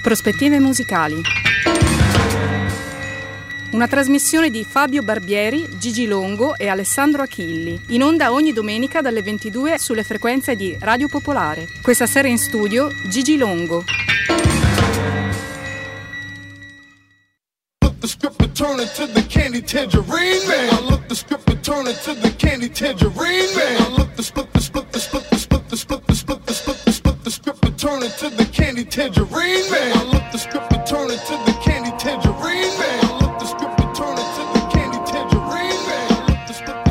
Prospettive musicali. Una trasmissione di Fabio Barbieri, Gigi Longo e Alessandro Achilli, in onda ogni domenica dalle 22 sulle frequenze di Radio Popolare. Questa sera in studio Gigi Longo. The script and turn it to the candy tangerine man. I look the script and turn it to the candy tangerine man. I look the split and turn it to the candy tangerine man. I look the script and turn it to the candy tangerine man. I look the script and turn it to the candy tangerine man. I look the script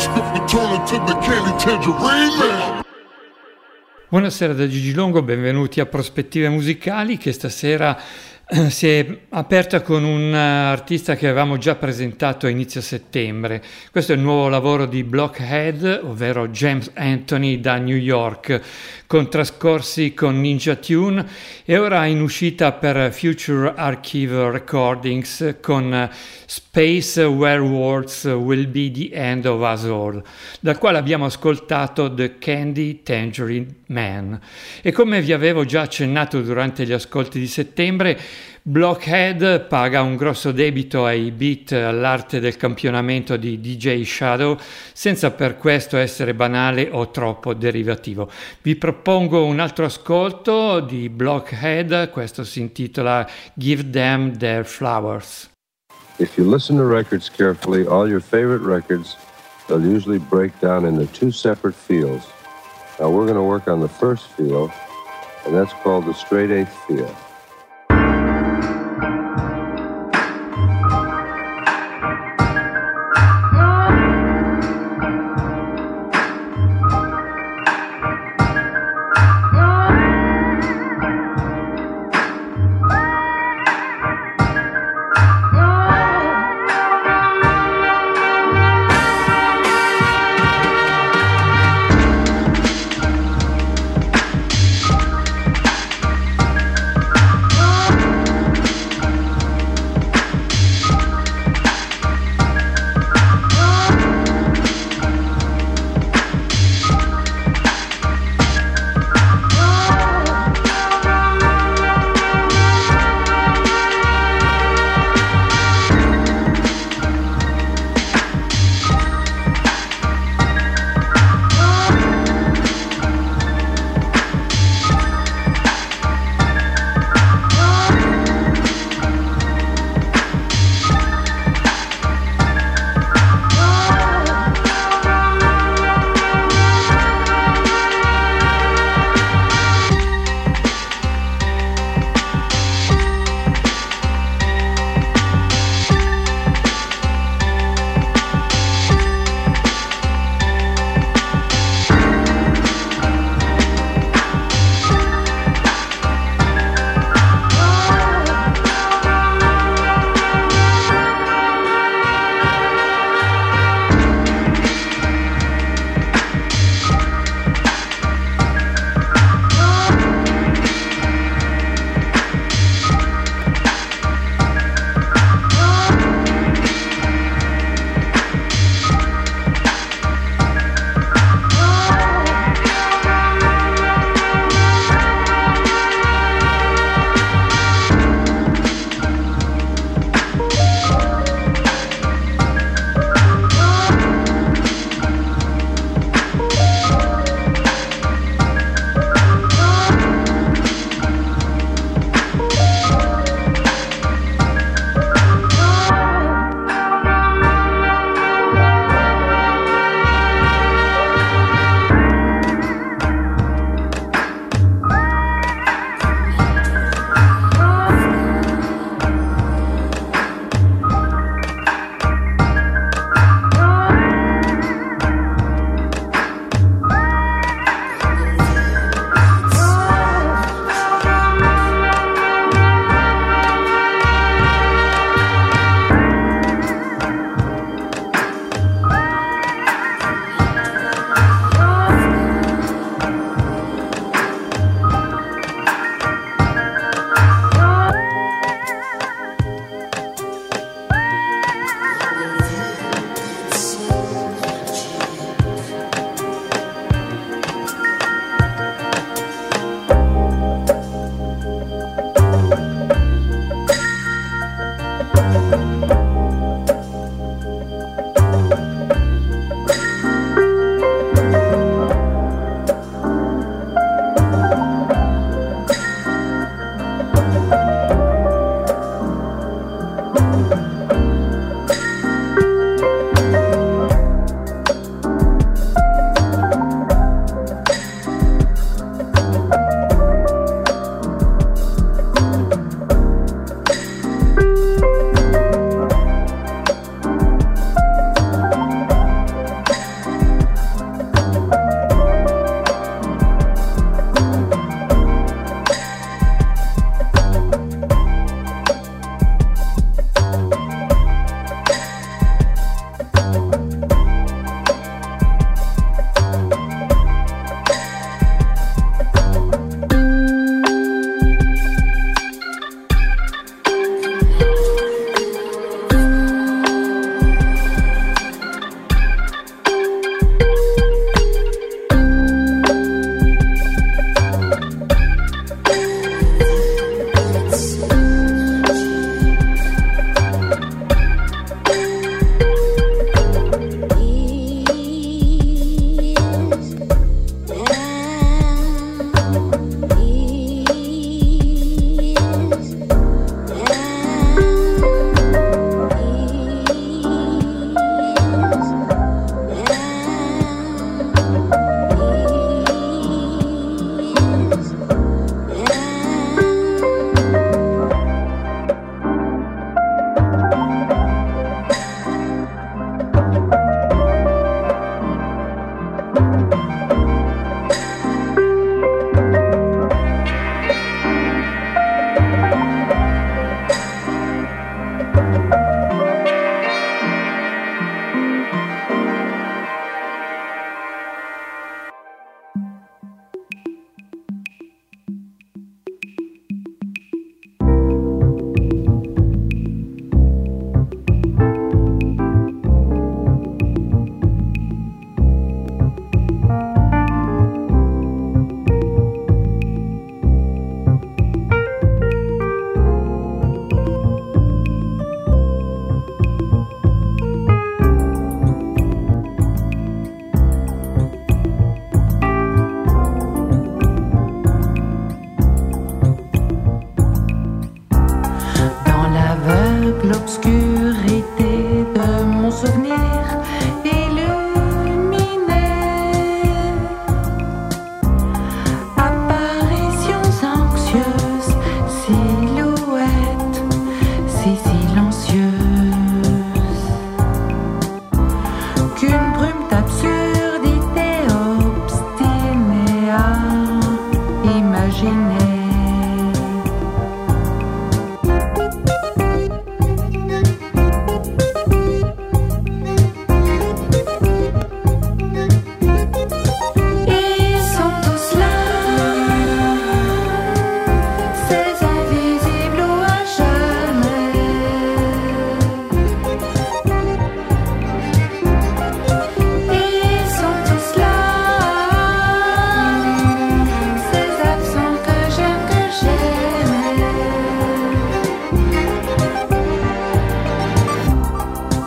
script and turn it to the candy tangerine man. Buonasera da Gigi Longo, benvenuti a Prospettive Musicali, che stasera si è aperta con un artista che avevamo già presentato a inizio settembre. Questo è il nuovo lavoro di Blockhead, ovvero James Anthony da New York, con trascorsi con Ninja Tune, e ora in uscita per Future Archive Recordings con Space Where Words Will Be the End of Us All, dal quale abbiamo ascoltato The Candy Tangerine Man. E come vi avevo già accennato durante gli ascolti di settembre, Blockhead paga un grosso debito ai beat, all'arte del campionamento di DJ Shadow, senza per questo essere banale o troppo derivativo. Vi propongo un altro ascolto di Blockhead, questo si intitola Give Them Their Flowers. If you listen to records carefully, all your favorite records, they'll usually break down into two separate feels. Now we're going to work on the first feel, and that's called the straight eighth feel.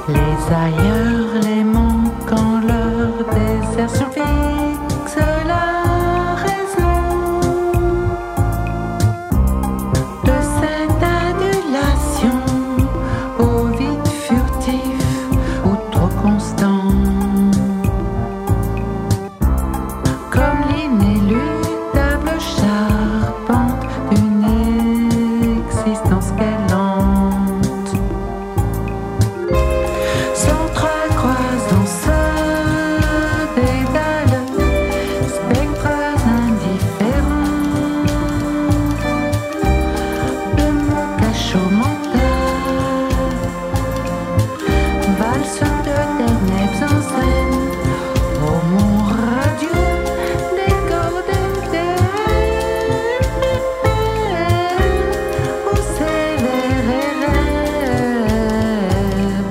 Les ailleurs, les manquant leur désert surfixe la raison de cette adulation au vide furtif ou trop constant, comme l'inéluctable charpente d'une existence galante s'entrecroise dans ce dédale, spectres indifférents de mon cachot mental, valse de ténèbres en scène, oh mon radieux décodé des rêves, où sévère et rêve.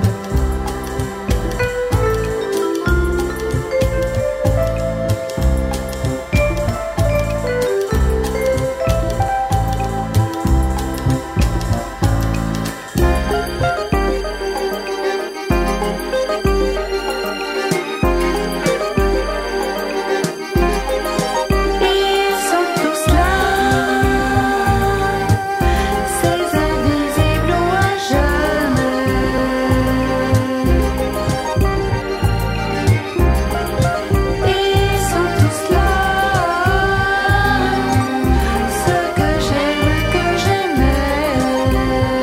Ils sont tous là, ces invisibles ou à jamais. Ils sont tous là, ceux que j'aime, que j'aimais.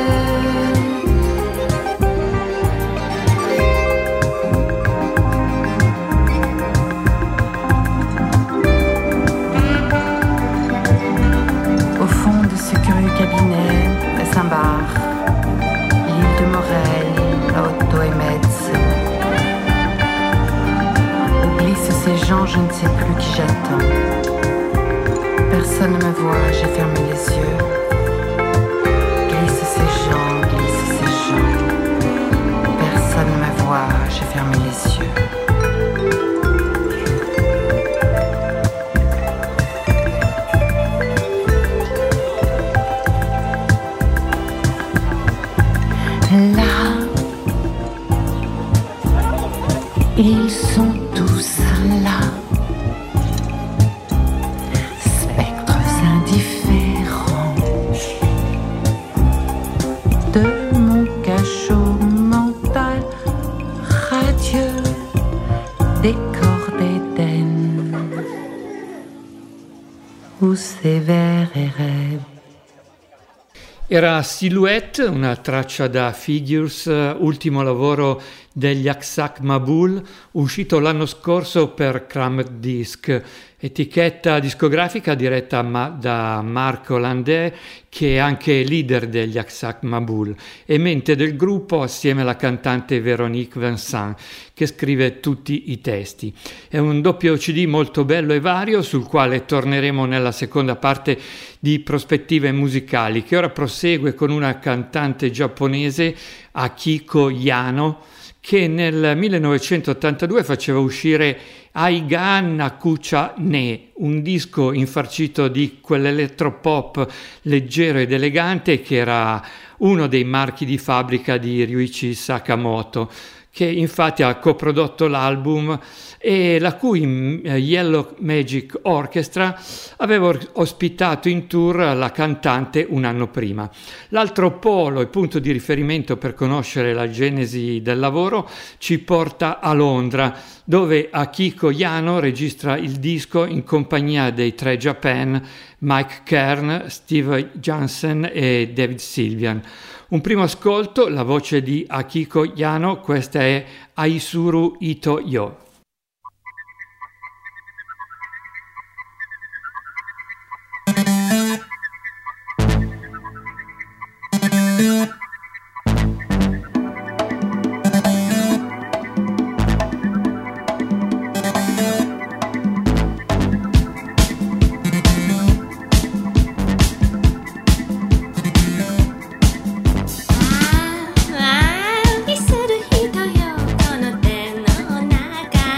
Au fond de ce curieux cabinet de Saint-Bar, l'île de Morel, à Otto-Emetz, où glissent ces gens, je ne sais plus qui j'attends. Personne ne me voit, j'ai fermé les yeux. Glissent ces gens, glissent ces gens. Personne ne me voit, j'ai fermé les yeux. Là, ils sont tous là, spectres indifférents de mon cachot mental, radieux décor d'Éden, où sévère et rêve. Era Silhouette, una traccia da Figures, ultimo lavoro degli Aksak Mabul, uscito l'anno scorso per Cramped Disc, etichetta discografica diretta da Marco Landé, che è anche leader degli Aksak Mabul, e mente del gruppo assieme alla cantante Véronique Vincent, che scrive tutti i testi. È un doppio CD molto bello e vario, sul quale torneremo nella seconda parte di Prospettive Musicali, che ora prosegue con una cantante giapponese, Akiko Yano, che nel 1982 faceva uscire Aigan Nakucha Ne, un disco infarcito di quell'elettropop leggero ed elegante che era uno dei marchi di fabbrica di Ryuichi Sakamoto, che infatti ha coprodotto l'album e la cui Yellow Magic Orchestra aveva ospitato in tour la cantante un anno prima. L'altro polo e punto di riferimento per conoscere la genesi del lavoro ci porta a Londra, dove Akiko Yano registra il disco in compagnia dei tre Japan, Mike Kern, Steve Jansen e David Sylvian. Un primo ascolto, la voce di Akiko Yano, questa è Aisuru Ito Yo. Isuru hito yo, kono ten no naka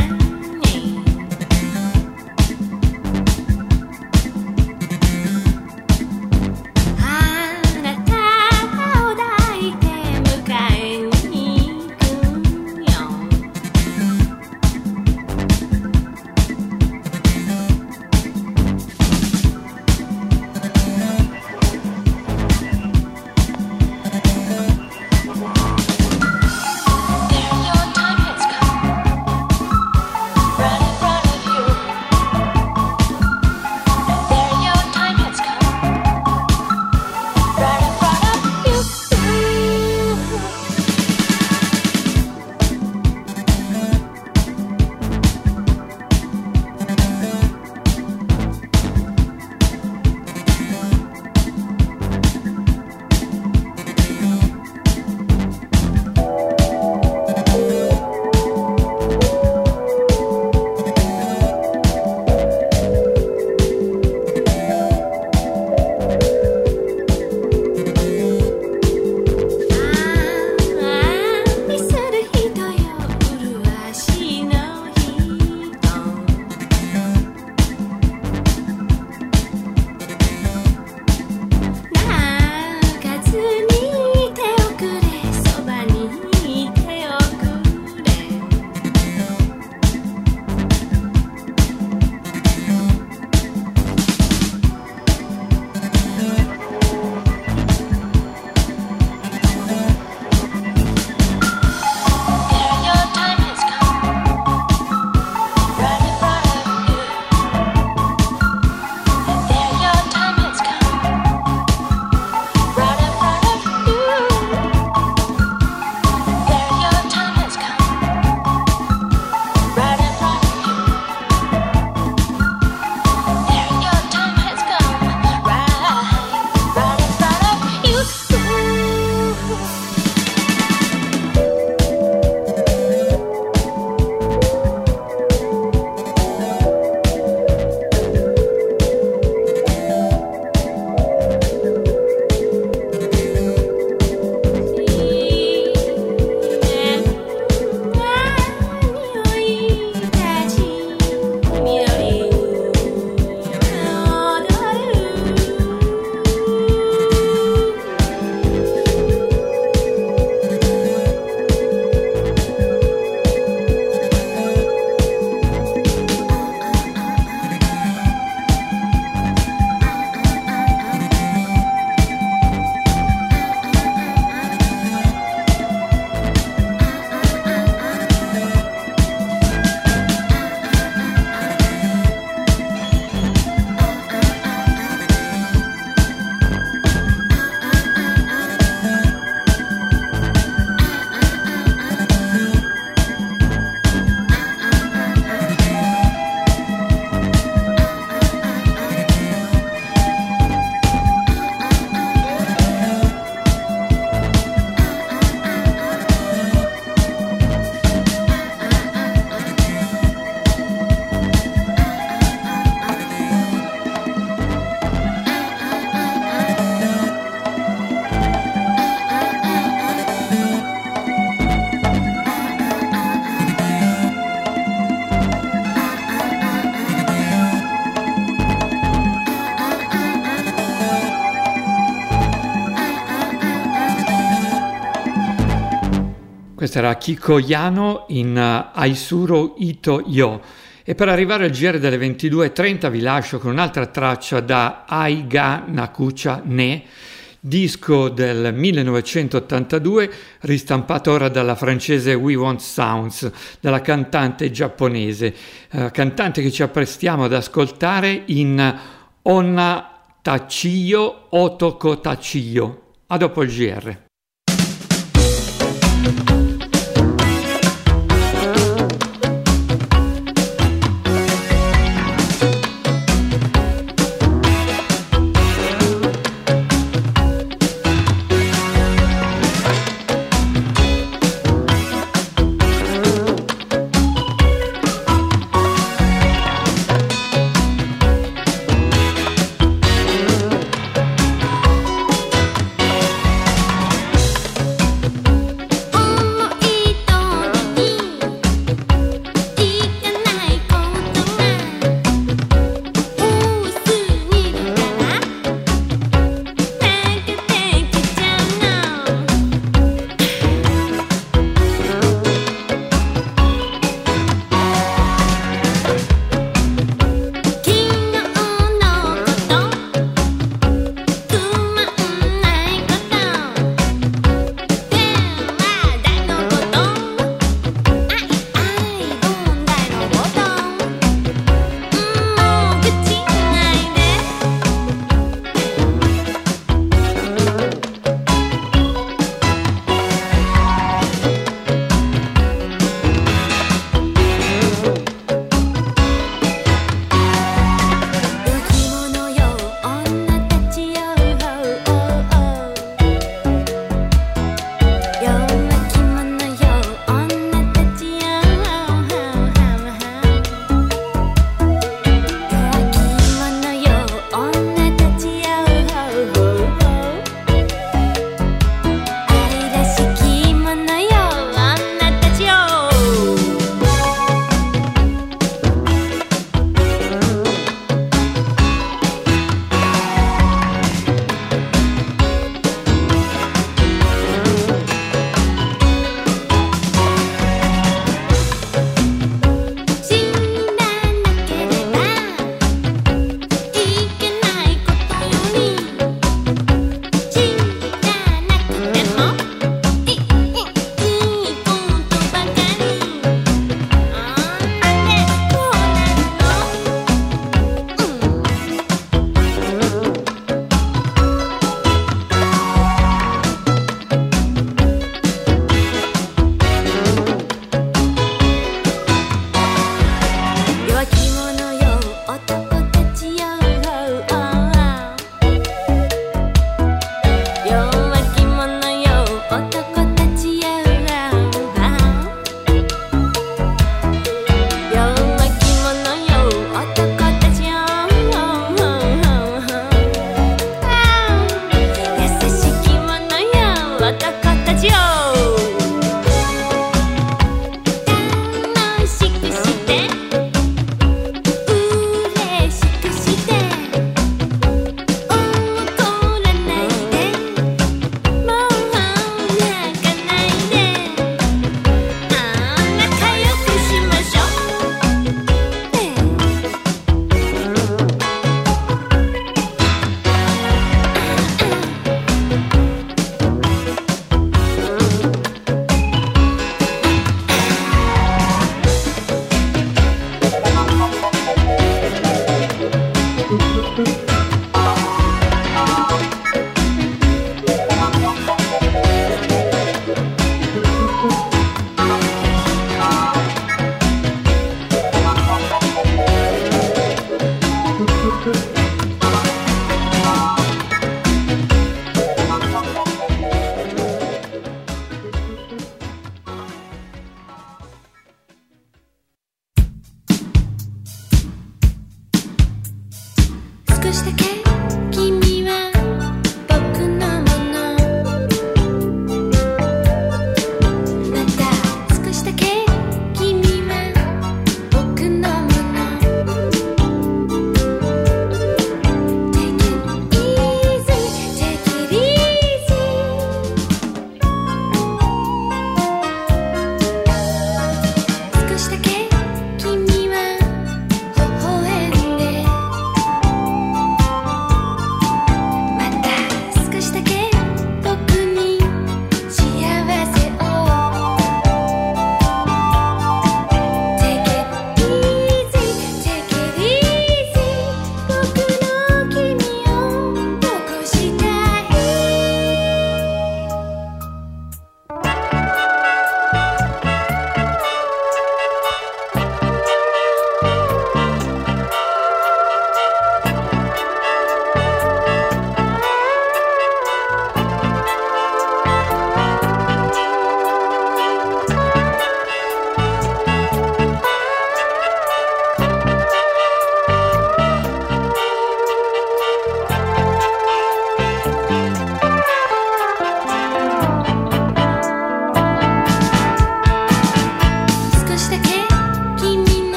Questa era Kiko Yano in Aisuro Ito Yo. E per arrivare al GR delle 22.30 vi lascio con un'altra traccia da Aiga Nakucha Ne, disco del 1982, ristampato ora dalla francese We Want Sounds, dalla cantante giapponese, cantante che ci apprestiamo ad ascoltare in Onna Tachiyo Otoko Tachiyo. A dopo il GR.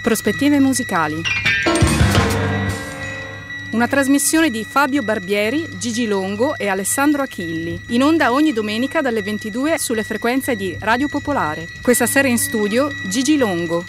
Prospettive musicali. Una trasmissione di Fabio Barbieri, Gigi Longo e Alessandro Achilli, in onda ogni domenica dalle 22 sulle frequenze di Radio Popolare. Questa sera in studio Gigi Longo.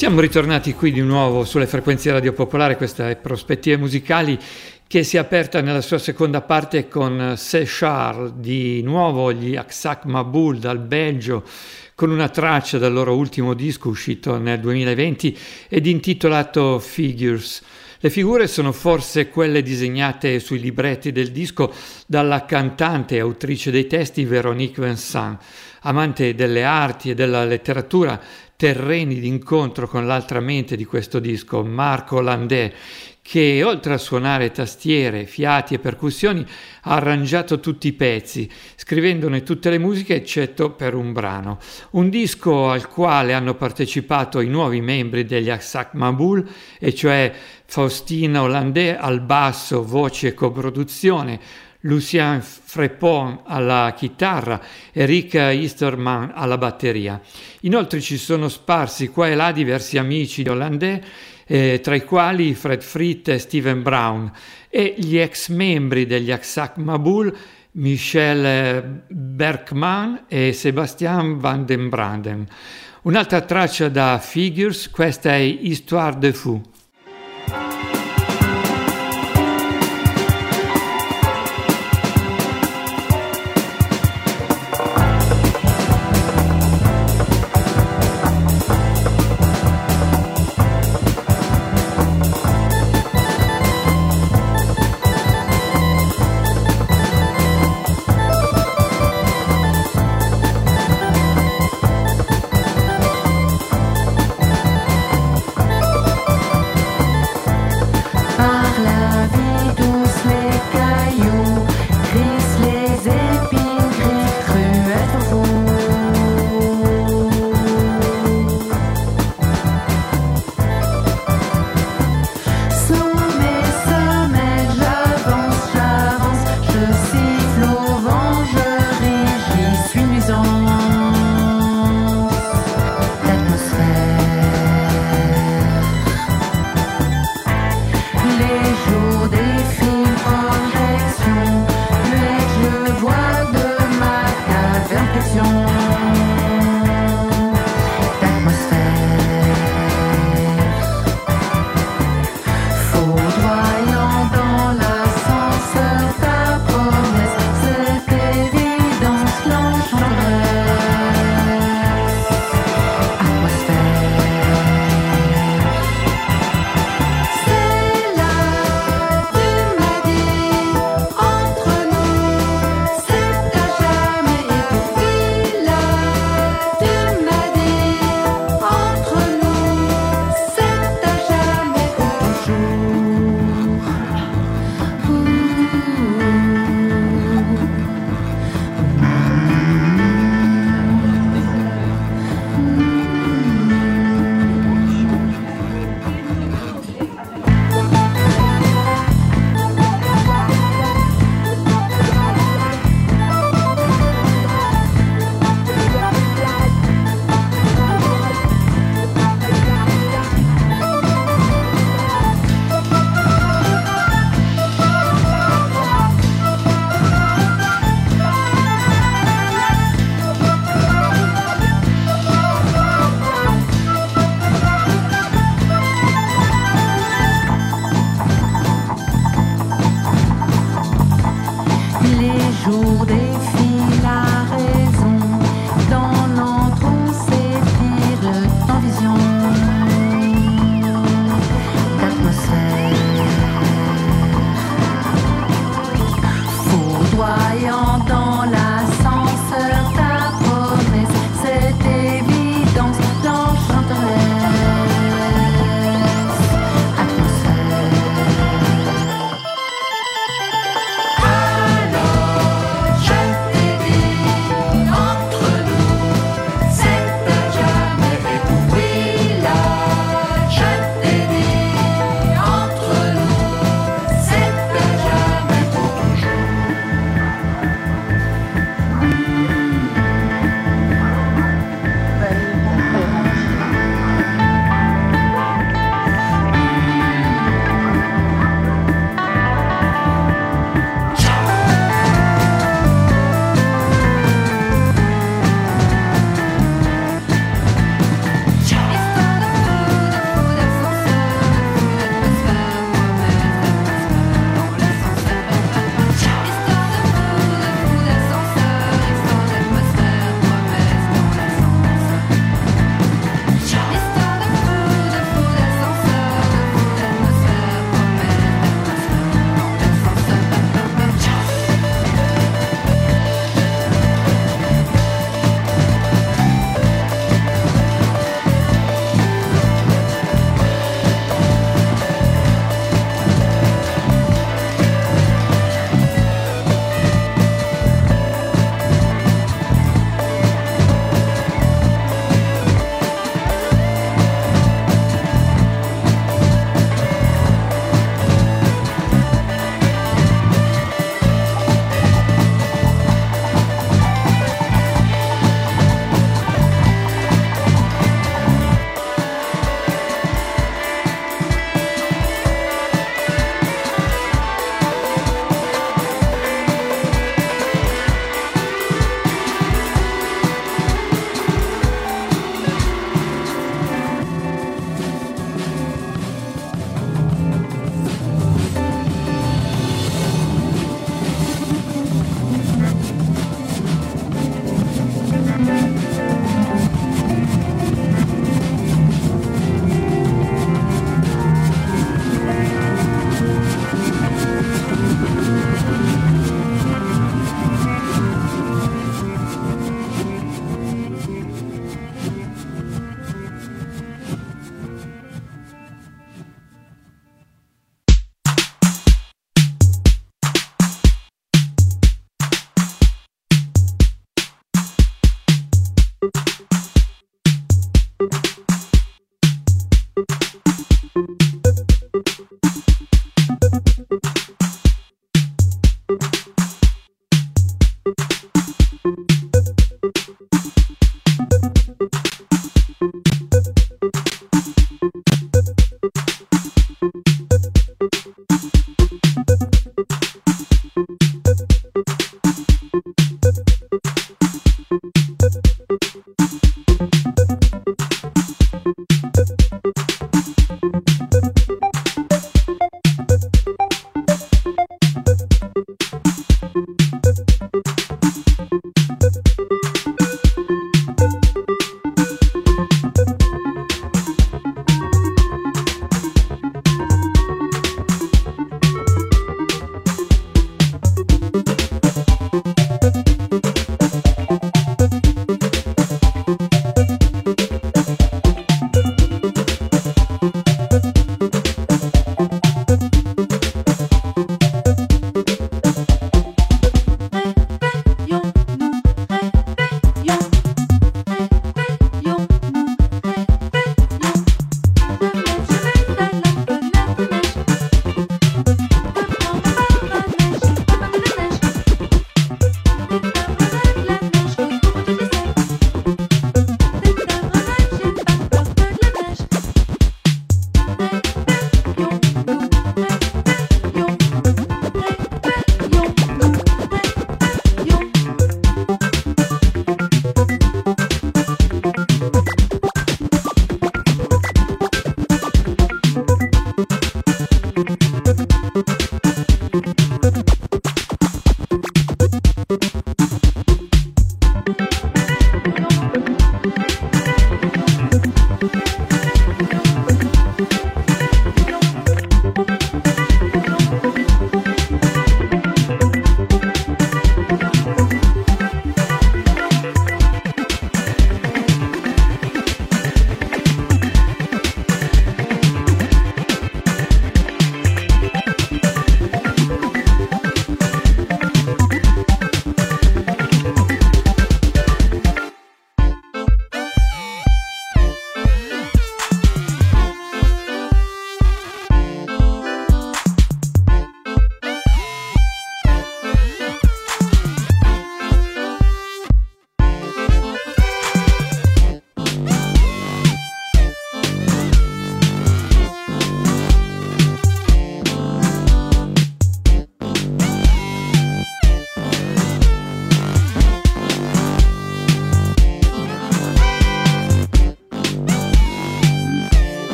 Siamo ritornati qui di nuovo sulle frequenze di Radio Popolare, questa è Prospettive Musicali che si è aperta nella sua seconda parte con C'est Charles, di nuovo gli Aksak Maboul dal Belgio, con una traccia dal loro ultimo disco uscito nel 2020 ed intitolato Figures. Le figure sono forse quelle disegnate sui libretti del disco dalla cantante e autrice dei testi Véronique Vincent, amante delle arti e della letteratura, terreni d'incontro con l'altra mente di questo disco, Marco Landé, che oltre a suonare tastiere, fiati e percussioni ha arrangiato tutti i pezzi, scrivendone tutte le musiche eccetto per un brano. Un disco al quale hanno partecipato i nuovi membri degli Aksak Maboul, e cioè Faustina Landé al basso, voce e coproduzione, Lucien Frepon alla chitarra e Rick Easterman alla batteria. Inoltre ci sono sparsi qua e là diversi amici di Landé, tra i quali Fred Fritt e Steven Brown, e gli ex membri degli Aksak Maboul Michel Berkman e Sébastien Van den Branden. Un'altra traccia da Figures, questa è Histoire de Fou.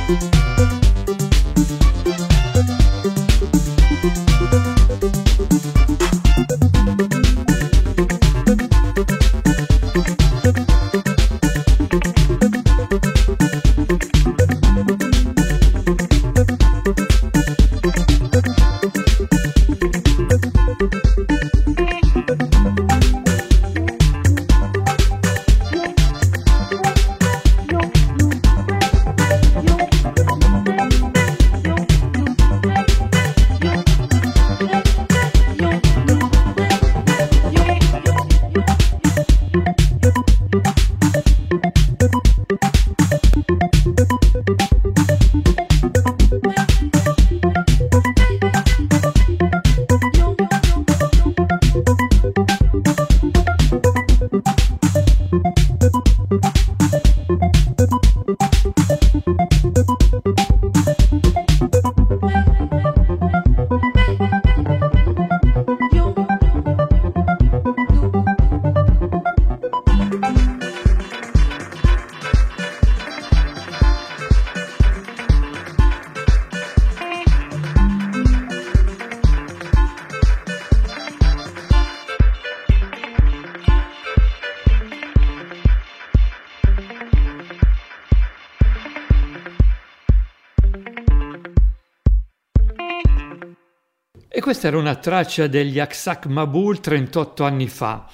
E questa era una traccia degli Aksak Maboul 38 anni fa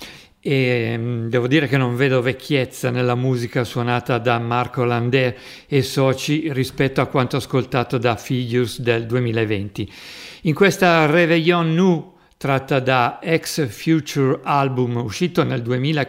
e devo dire che non vedo vecchiezza nella musica suonata da Marco Landé e soci rispetto a quanto ascoltato da Figures del 2020. In questa Réveillon Nu, tratta da Ex Future album uscito nel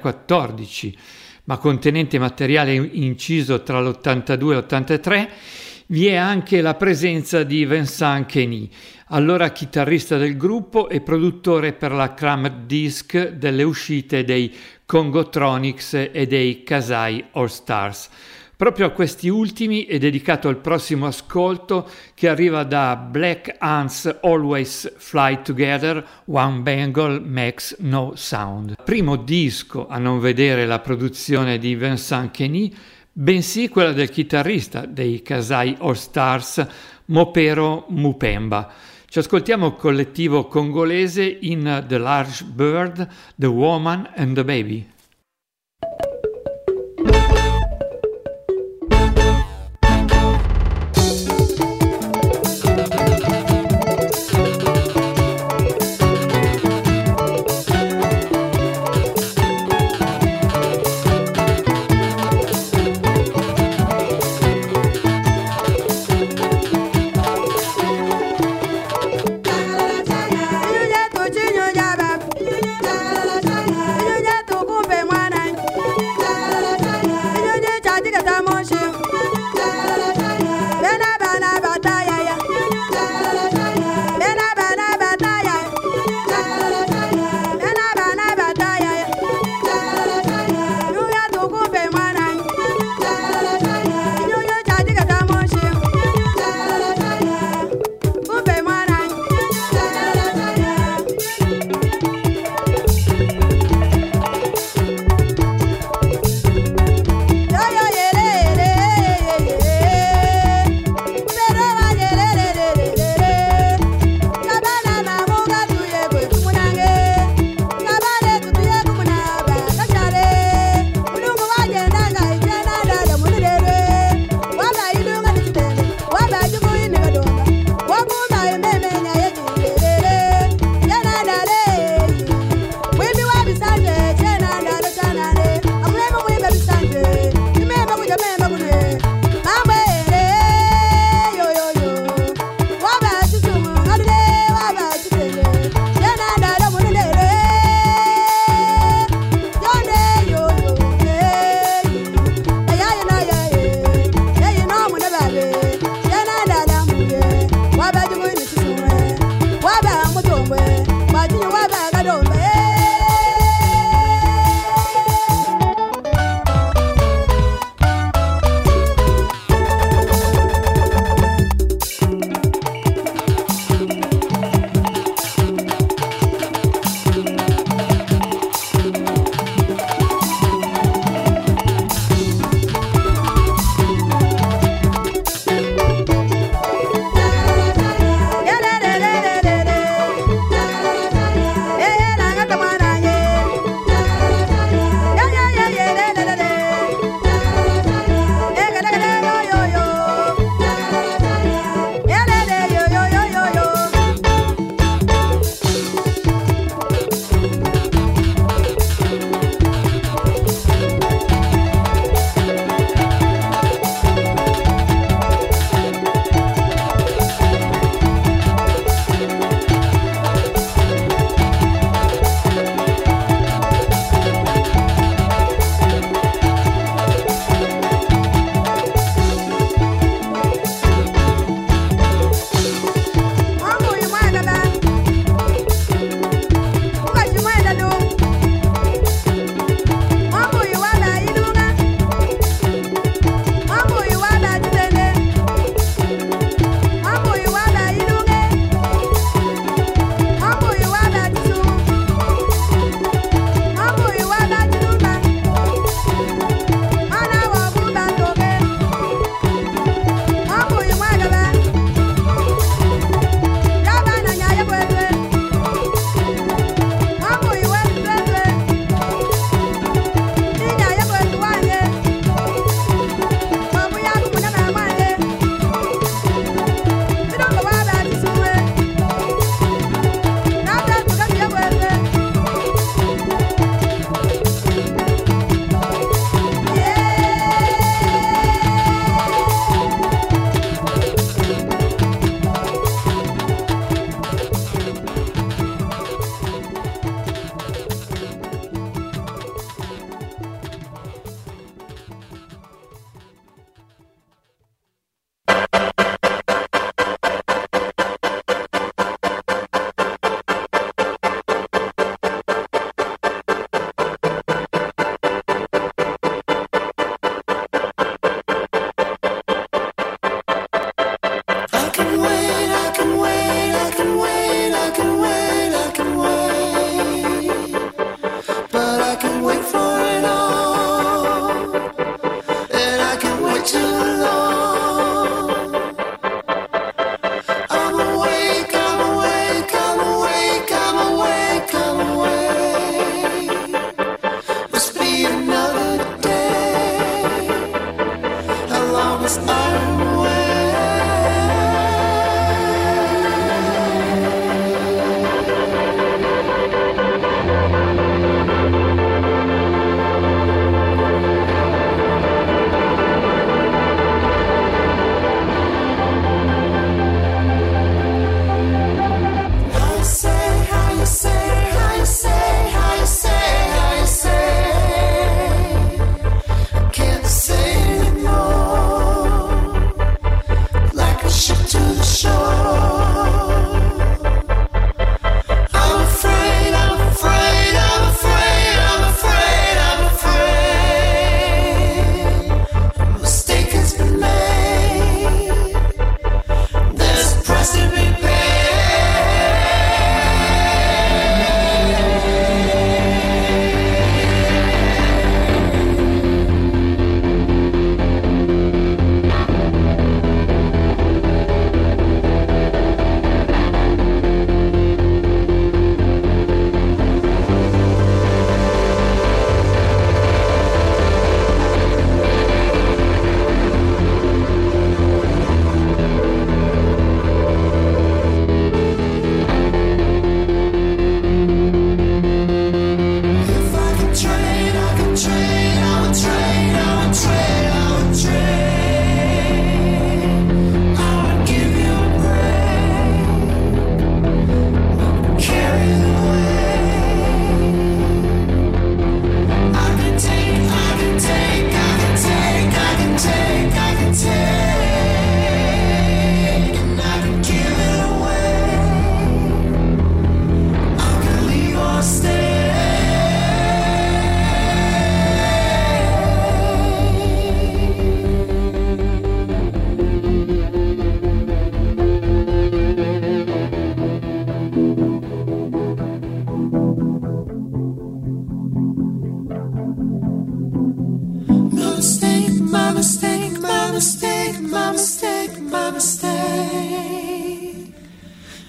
2014, ma contenente materiale inciso tra l'82 e l'83, vi è anche la presenza di Vincent Kenny, allora chitarrista del gruppo e produttore per la Cramped Disc delle uscite dei Congotronics e dei Kasai All Stars. Proprio a questi ultimi è dedicato il prossimo ascolto che arriva da Black Ants Always Fly Together, One Bengal Makes No Sound. Primo disco a non vedere la produzione di Vincent Kenny, bensì quella del chitarrista dei Kasai All Stars, Mopero Mupemba. Ci ascoltiamo il collettivo congolese in The Large Bird, The Woman and the Baby. Kumbe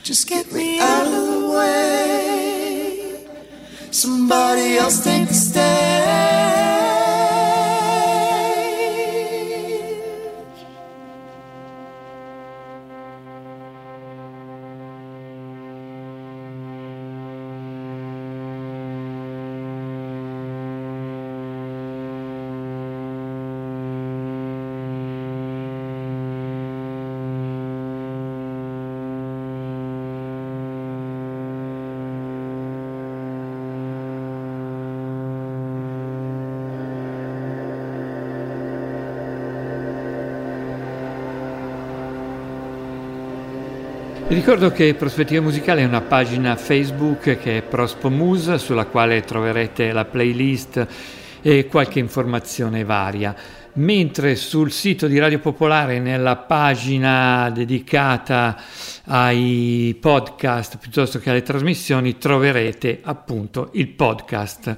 Just get me out of the way. Somebody else take the stage. Vi ricordo che Prospettiva Musicale è una pagina Facebook che è Prospomus, sulla quale troverete la playlist e qualche informazione varia, mentre sul sito di Radio Popolare, nella pagina dedicata ai podcast piuttosto che alle trasmissioni, troverete appunto il podcast.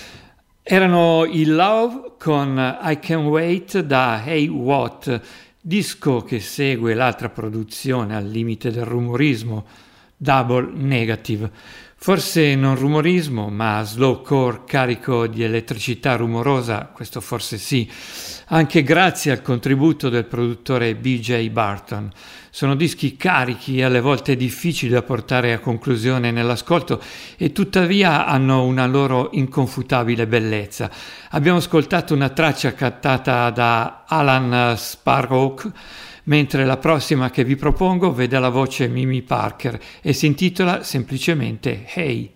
Erano i Love con I Can't Wait da Hey What, disco che segue l'altra produzione al limite del rumorismo, Double Negative. Forse non rumorismo, ma slowcore carico di elettricità rumorosa, questo forse sì, anche grazie al contributo del produttore BJ Barton. Sono dischi carichi e alle volte difficili da portare a conclusione nell'ascolto e tuttavia hanno una loro inconfutabile bellezza. Abbiamo ascoltato una traccia cantata da Alan Sparrow, mentre la prossima che vi propongo vede la voce Mimi Parker e si intitola semplicemente Hey.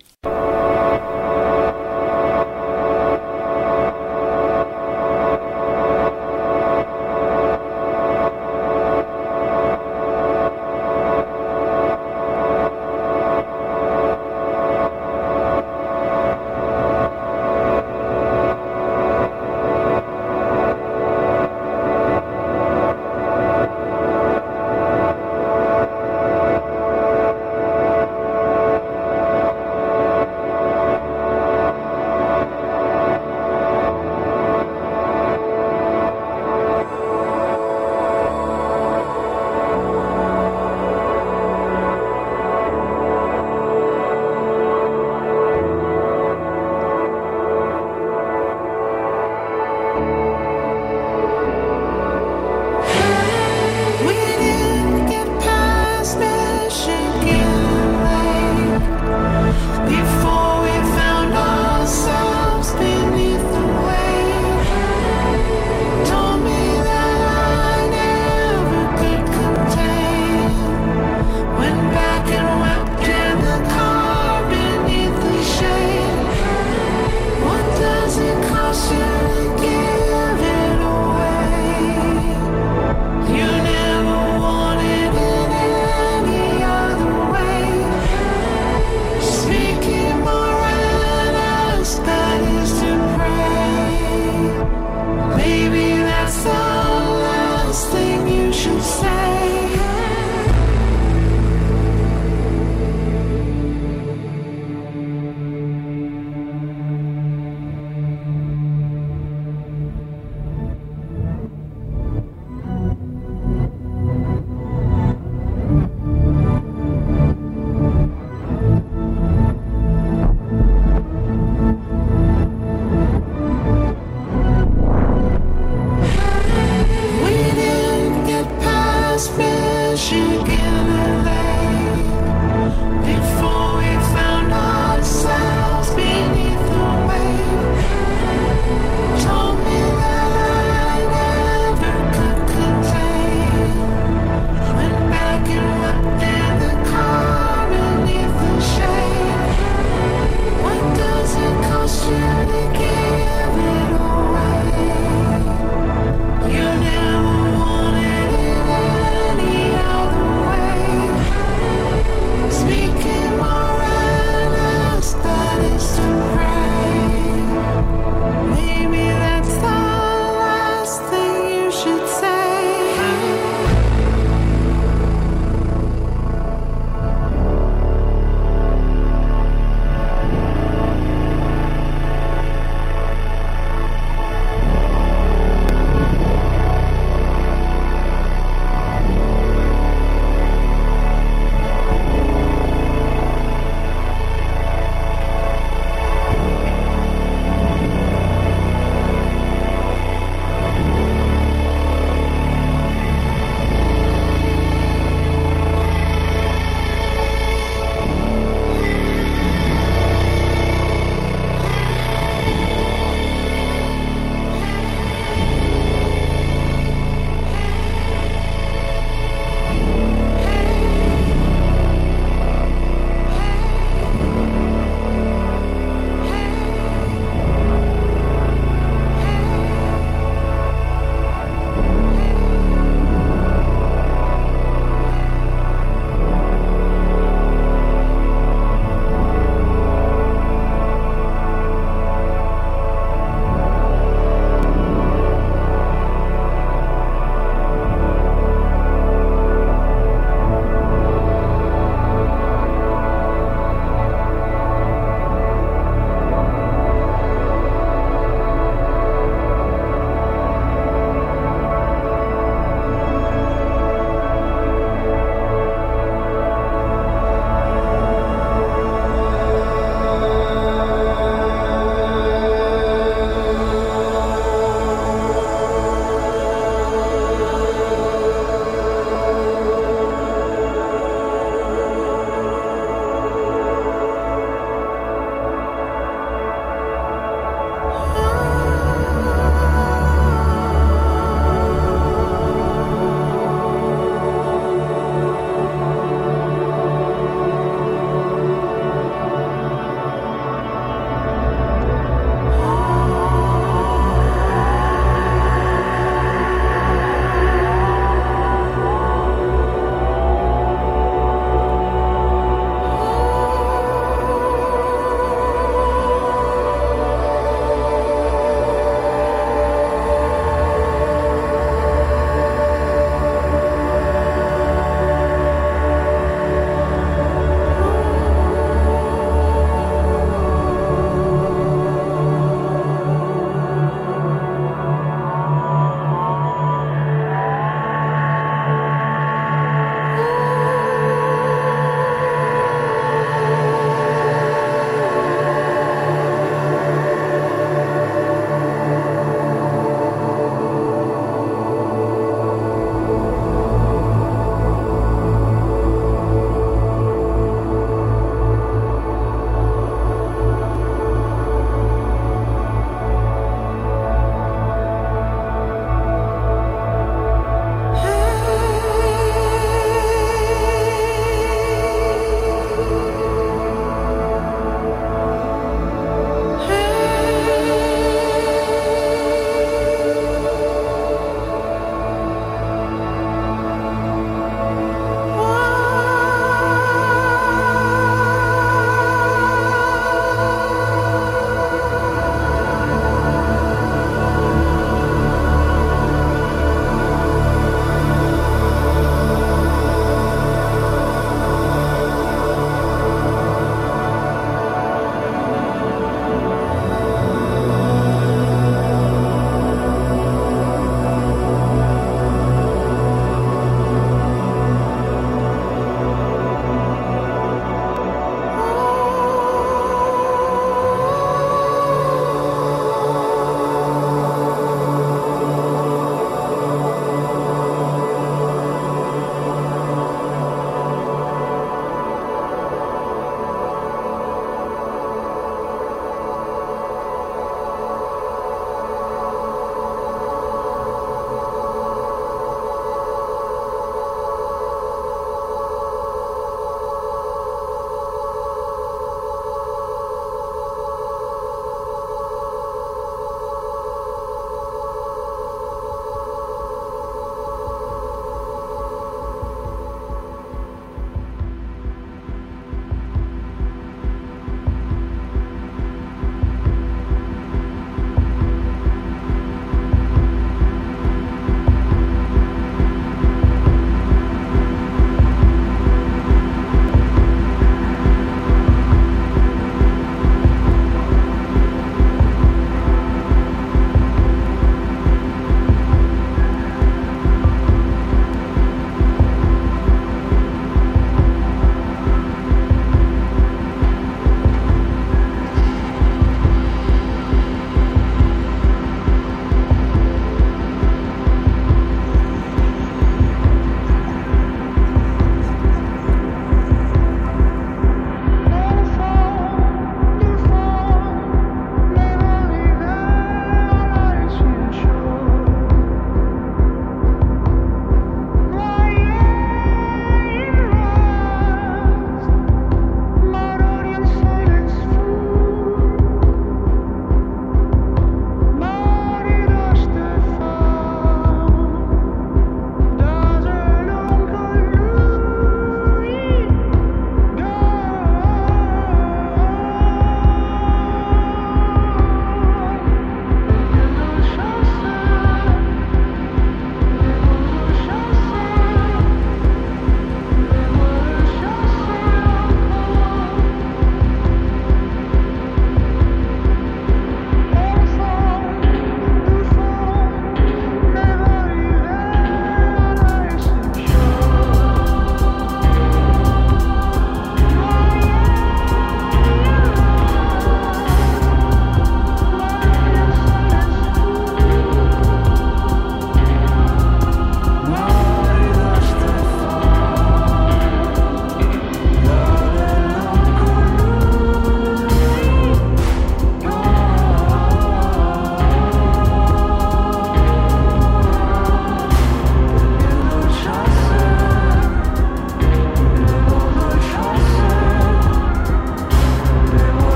Speaking more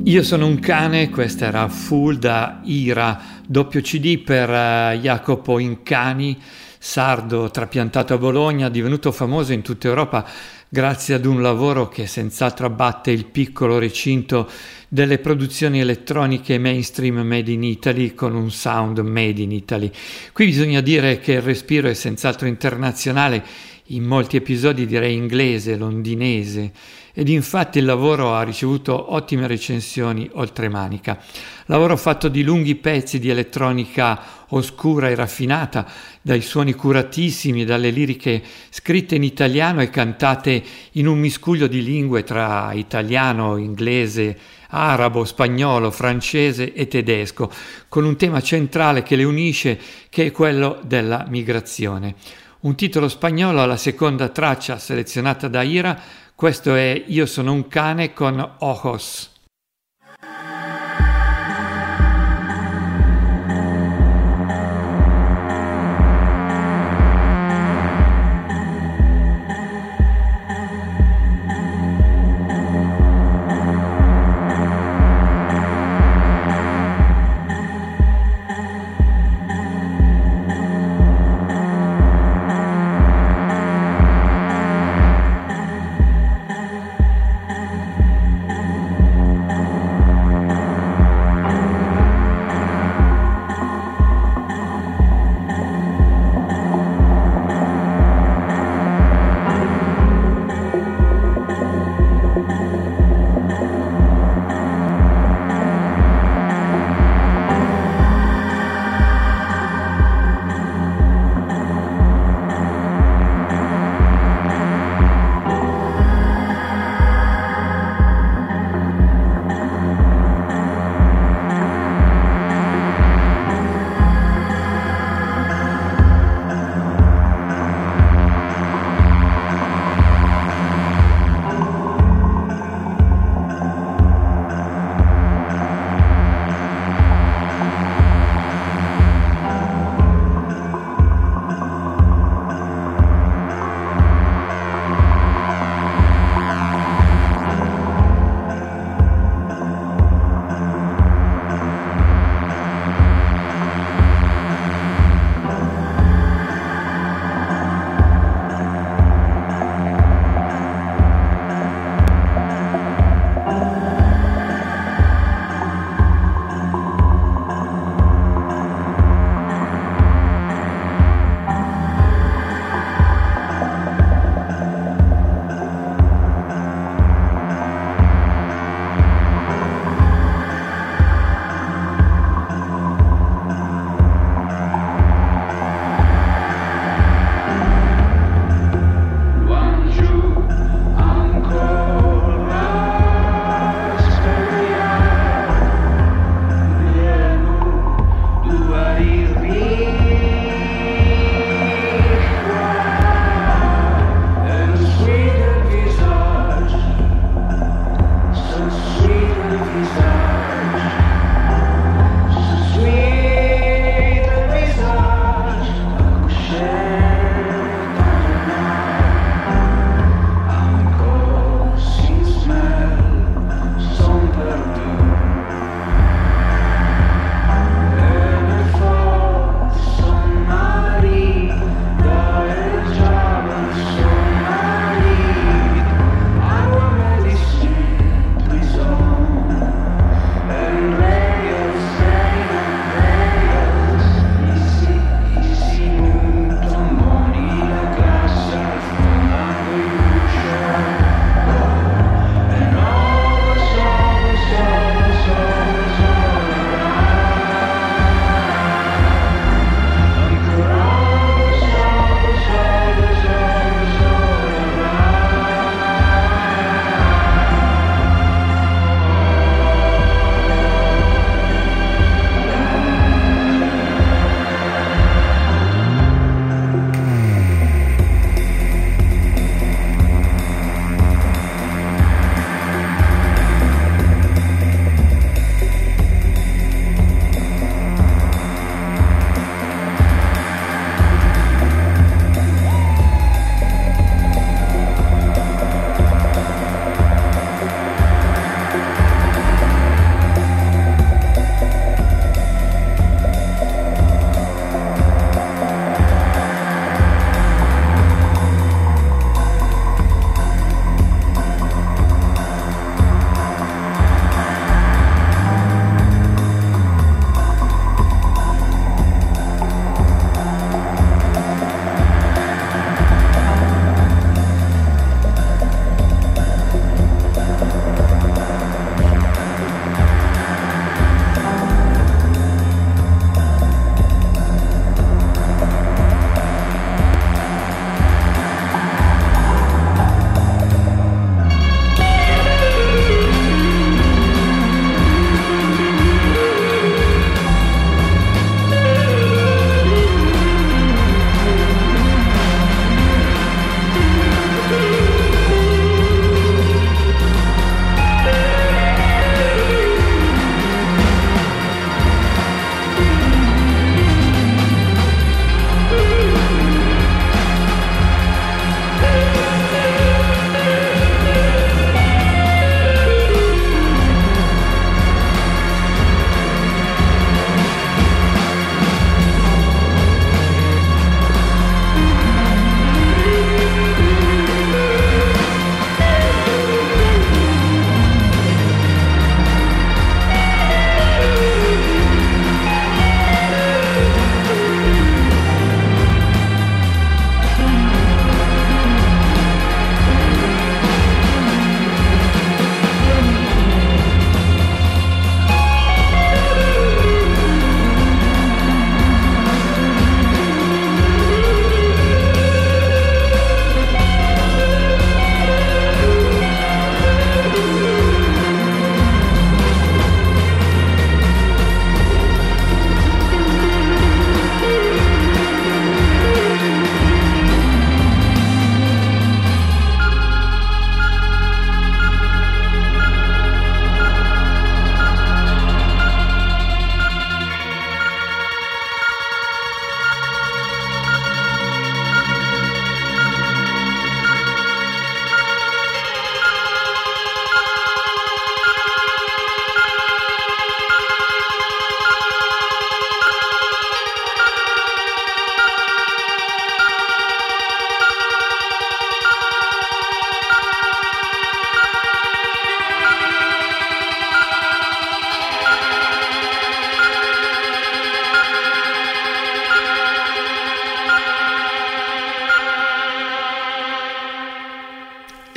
Io sono un cane, questa era Full da Ira, doppio CD per Jacopo Incani, sardo trapiantato a Bologna, divenuto famoso in tutta Europa grazie ad un lavoro che senz'altro abbatte il piccolo recinto delle produzioni elettroniche mainstream made in Italy con un sound made in Italy. Qui bisogna dire che il respiro è senz'altro internazionale, in molti episodi direi inglese, londinese, ed infatti il lavoro ha ricevuto ottime recensioni oltremanica. Lavoro fatto di lunghi pezzi di elettronica oscura e raffinata, dai suoni curatissimi, dalle liriche scritte in italiano e cantate in un miscuglio di lingue tra italiano, inglese, arabo, spagnolo, francese e tedesco, con un tema centrale che le unisce, che è quello della migrazione. Un titolo spagnolo alla seconda traccia selezionata da Ira, questo è Io sono un cane con Ojos.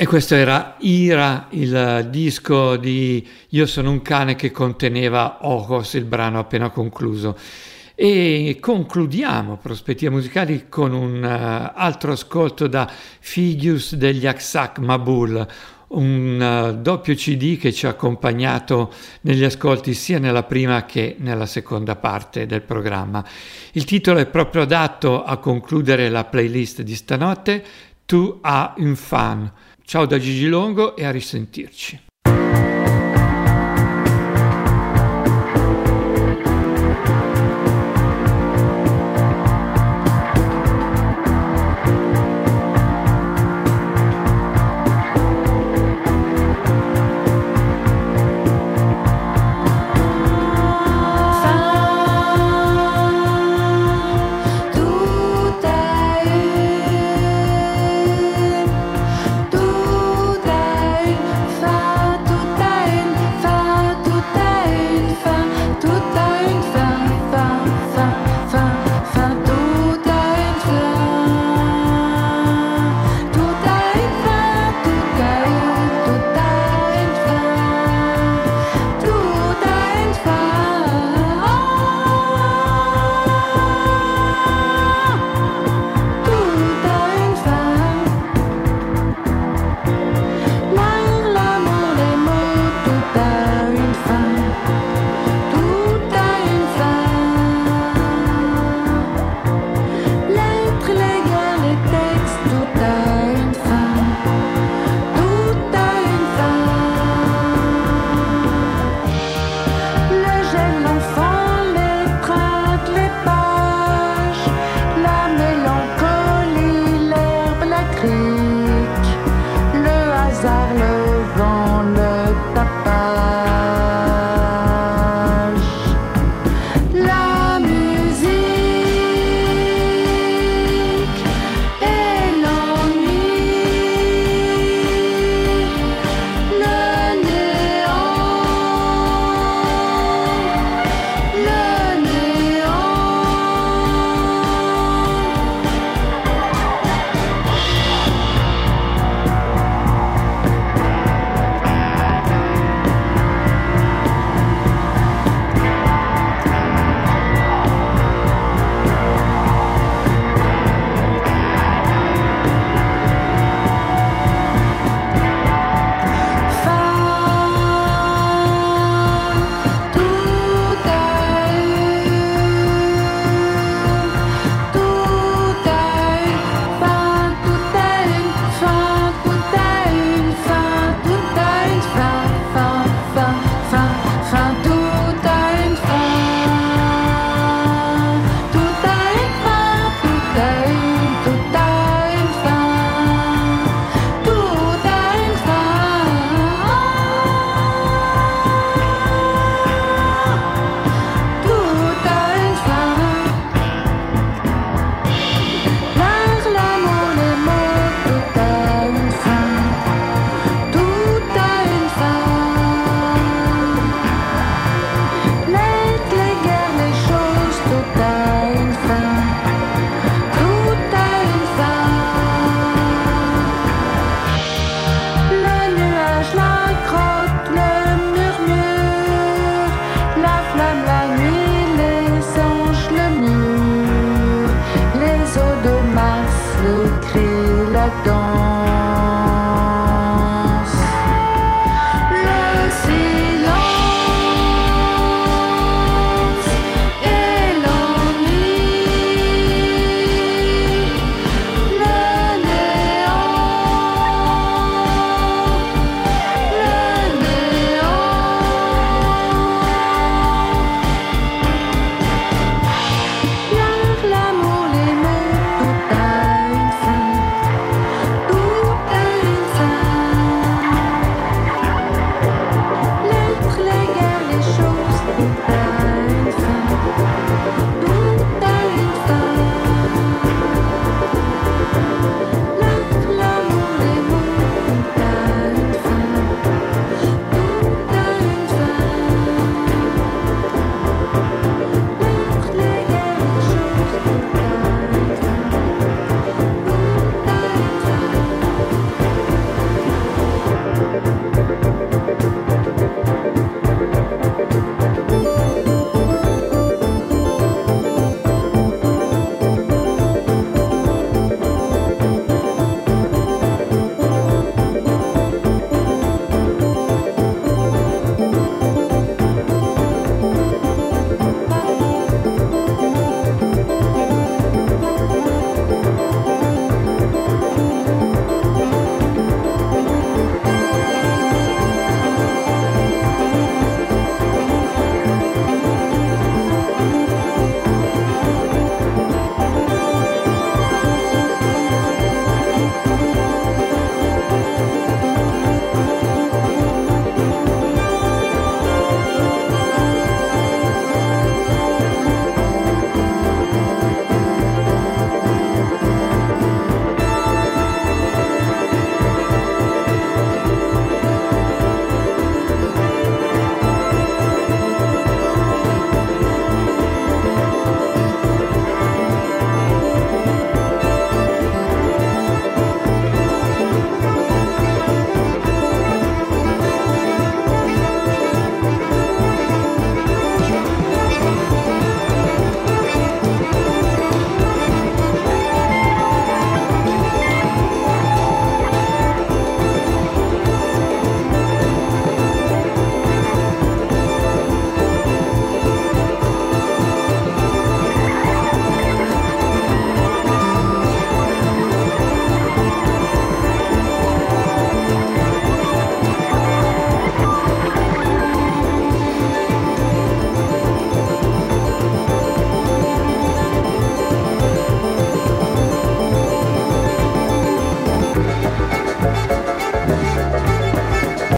E questo era Ira, il disco di Io sono un cane che conteneva Ojos, il brano appena concluso. E concludiamo Prospettive Musicali con un altro ascolto da Figius degli Aksak Mabul, un doppio CD che ci ha accompagnato negli ascolti sia nella prima che nella seconda parte del programma. Il titolo è proprio adatto a concludere la playlist di stanotte, Tu as un fan. Ciao da Gigi Longo e a risentirci.